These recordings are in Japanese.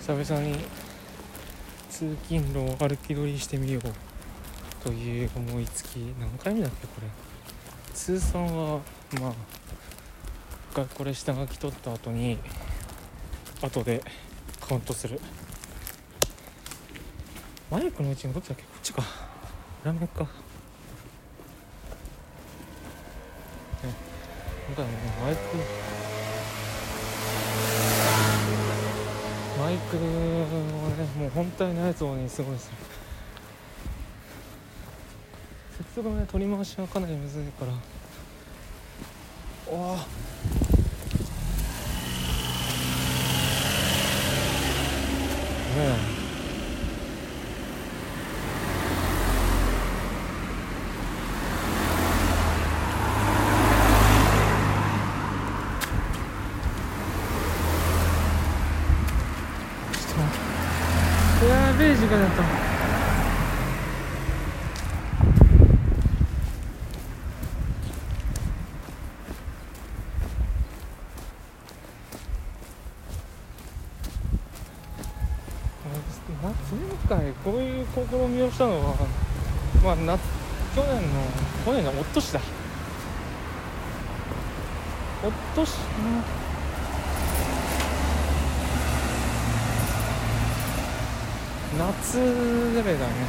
久々に通勤路を歩き取りしてみようという思いつき。何回目だっけこれ。通算はこれ下書き取った後でカウントする。マイクの位置がどっちだっけ。こっちか、裏面か。今回もマイクをね、もう本体のやつをねすごいする。接続のね取り回しはかなりむずいから。おー、ねえ、やべえ時間だった。前回こういう試みをしたのは去年のおっとしだ。おっとし夏ぐらいだね。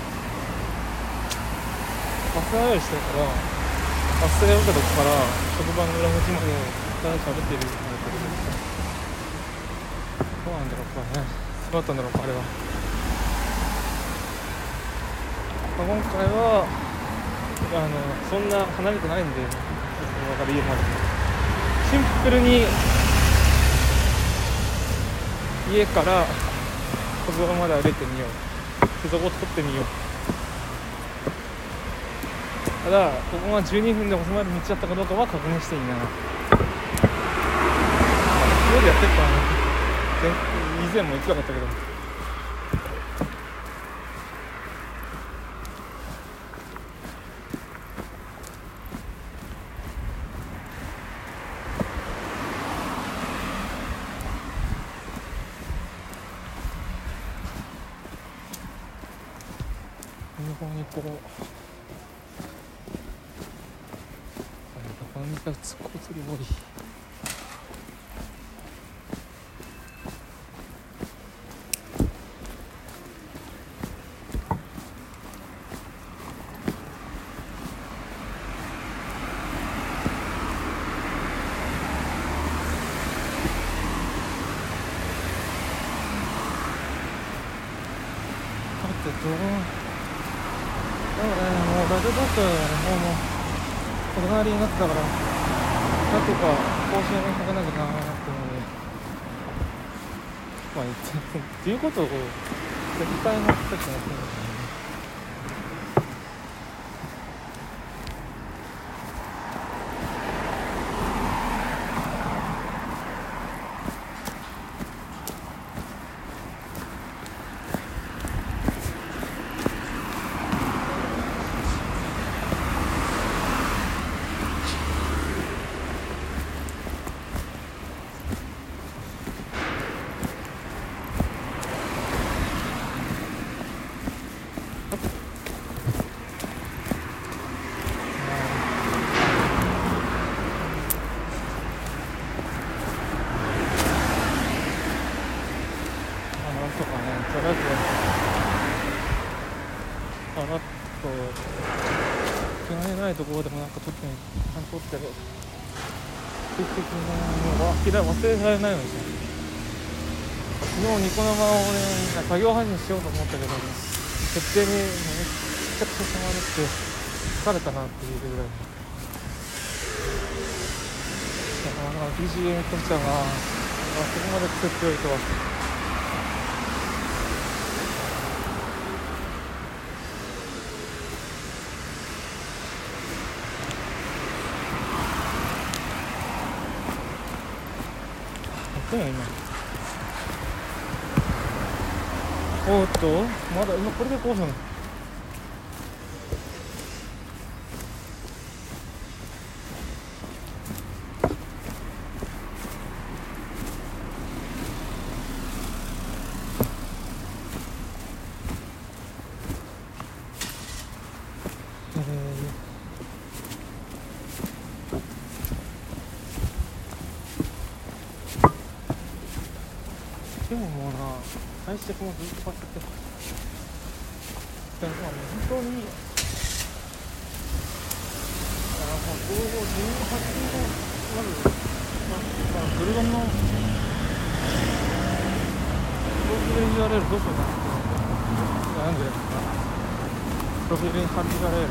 バス洗いしてるから、バス停降りたとこから職場の裏口まで喋ってるんだけど、どうなんだろうかね。そうだったんだろうかあれは。今回はそんな離れてないんで、だから家までシンプルに家から歩道まで歩いてみよう。付属を取ってみよう。ただここが12分で収まる道だったかどうかは確認していない。夜やってるからね。以前も言ってなかったけど、ここにこうなかなか突っ込み多い。もうラジオトークもう隣になってたから、なんとか更新をかけなきゃなって思うので、っていうことを絶対の人たちがやってるんですよね。ところでも撮ってる定期的なのは忘れられないのですよ。昨日ニコ生をね作業配信しようと思ったけど、設定にめっちゃくちゃ触るって疲れたなっていうぐらい。BGM としてはそこまで癖強いとは。今おっとまだ今これで5分。 でももうな、配信もずっと買ってて、でも本当にいいよ。もう18のまず、ブルガンのプロフィールに URL どうしようかなって悩んでるんですが、プロフィールに貼る URL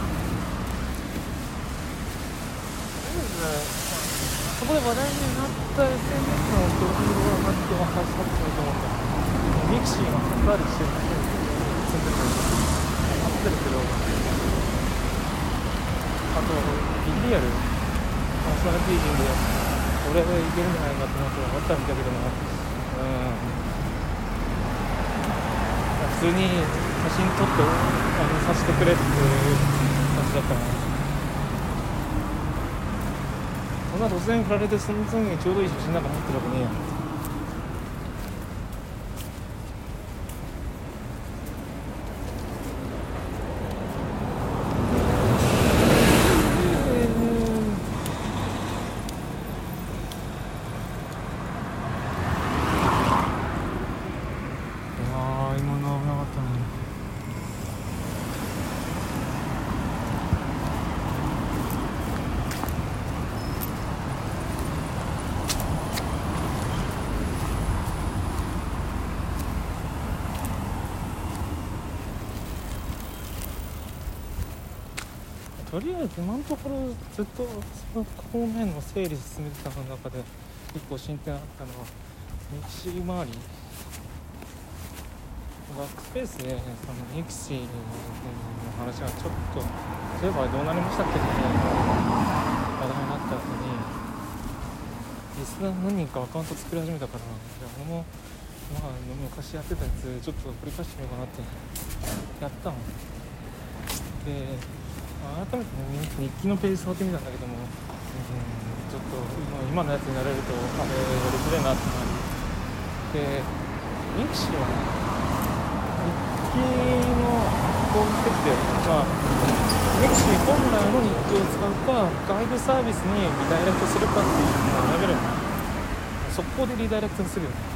そこで話題になった SNS のプロフィールはなくても配信されてると思うんだ。ミクシーが関わりしてる人に住んでるから合ってるけど、あとビリアルパーソナリティ陣で俺いけるんじゃないかって思って分かったみたいだけども、普通に写真撮ってさせてくれっていう感じだったな。そんな突然振られてその次にちょうどいい写真なんか持ってるわけねえやん。今の危なかったね。とりあえず今のところずっとその方面の整理進めてた中で一個進展あったのはミクシー周り、ワークスペースでそのミクシーの話がちょっとそういえばどうなりましたっけね、話題になった後にリスナー何人かアカウント作り始めたから、じゃあ俺も昔やってたやつちょっと繰り返してみようかなってやったので、改めて、日記のページ触ってみたんだけども、ちょっと今のやつになれるとあれやりづれえなってなりで、ミクシーは日記のホームページで、ミクシー本来の日記を使うか外部サービスにリダイレクトするかっていうのを選べるの。速攻でリダイレクトするよね。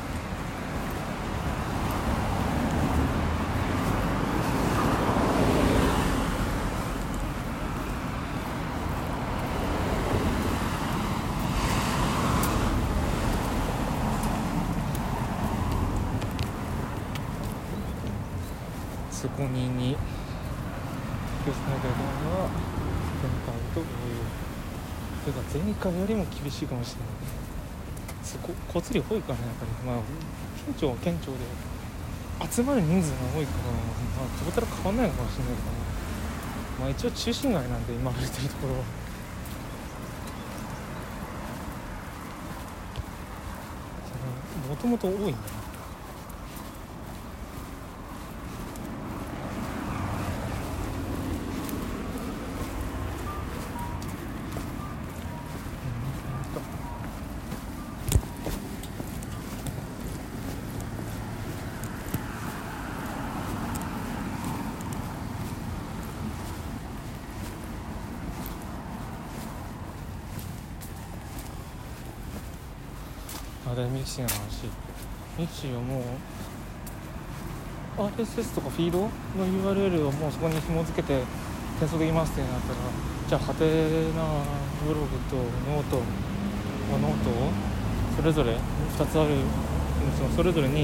そこに気をつけなきゃいけないのは前回と同様というか前回よりも厳しいかもしれない。交通量多いからね、やっぱり県庁で集まる人数が多いから、トータル変わんないのかもしれないけど、一応中心街なんで今歩いてるところはもともと多いんだよ。ミクシーの話、ミクシーはもう RSS とかフィードの URL をもうそこに紐付けて転送できますってなったら、じゃあハテナブログとノートをそれぞれ2つあるそれぞれに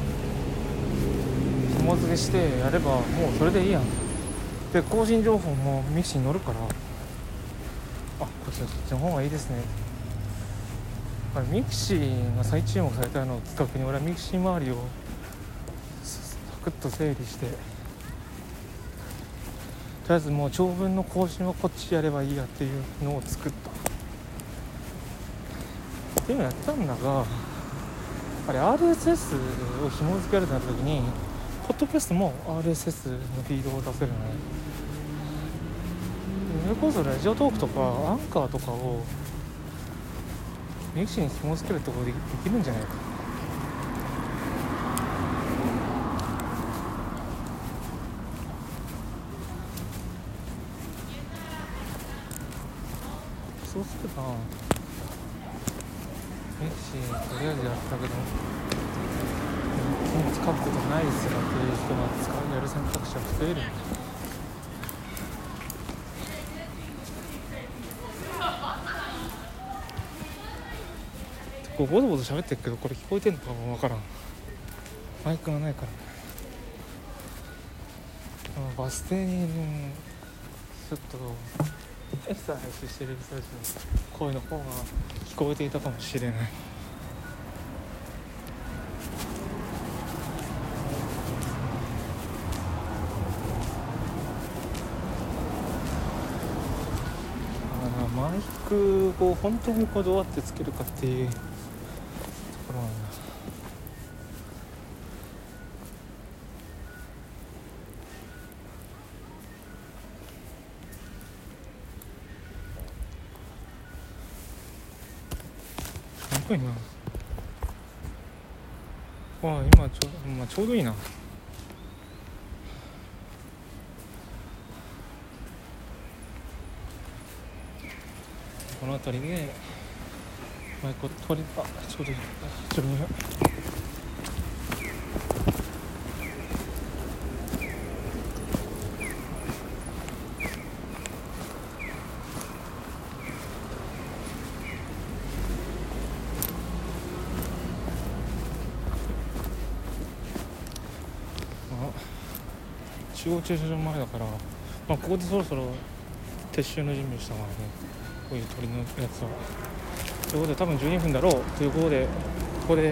紐付けしてやればもうそれでいいやん。で更新情報もミクシーに載るから、こっちの方がいいですね。ミクシーが再注目されたのをきっかけに俺はミクシー周りをサクッと整理して、とりあえずもう長文の更新はこっちやればいいやっていうのを作ったっていうのをやったんだが、RSS を紐付けられた時にポッドキャストも RSS のフィードを出せるのね。それこそラジオトークとかアンカーとかをミクシーに紐付けるところできるんじゃないか。そうすればミクシーとりあえずやったけどもう使うことないですよっていう人がやる選択肢は増える。こうボソボソ喋ってるけどこれ聞こえてんのかもわからん。マイクがないからね。バス停にちょっとエクササイズしてる人たちの声の方が聞こえていたかもしれない。マイクを本当にどうやってつけるかっていうところなんだ。本当にな。今ちょうどいいな。この辺りでマイクを取りちょうどいい。中央駐車場前だから、ここでそろそろ撤収の準備をしたからね。こういう鳥のやつはということで多分12分だろうということで、ここで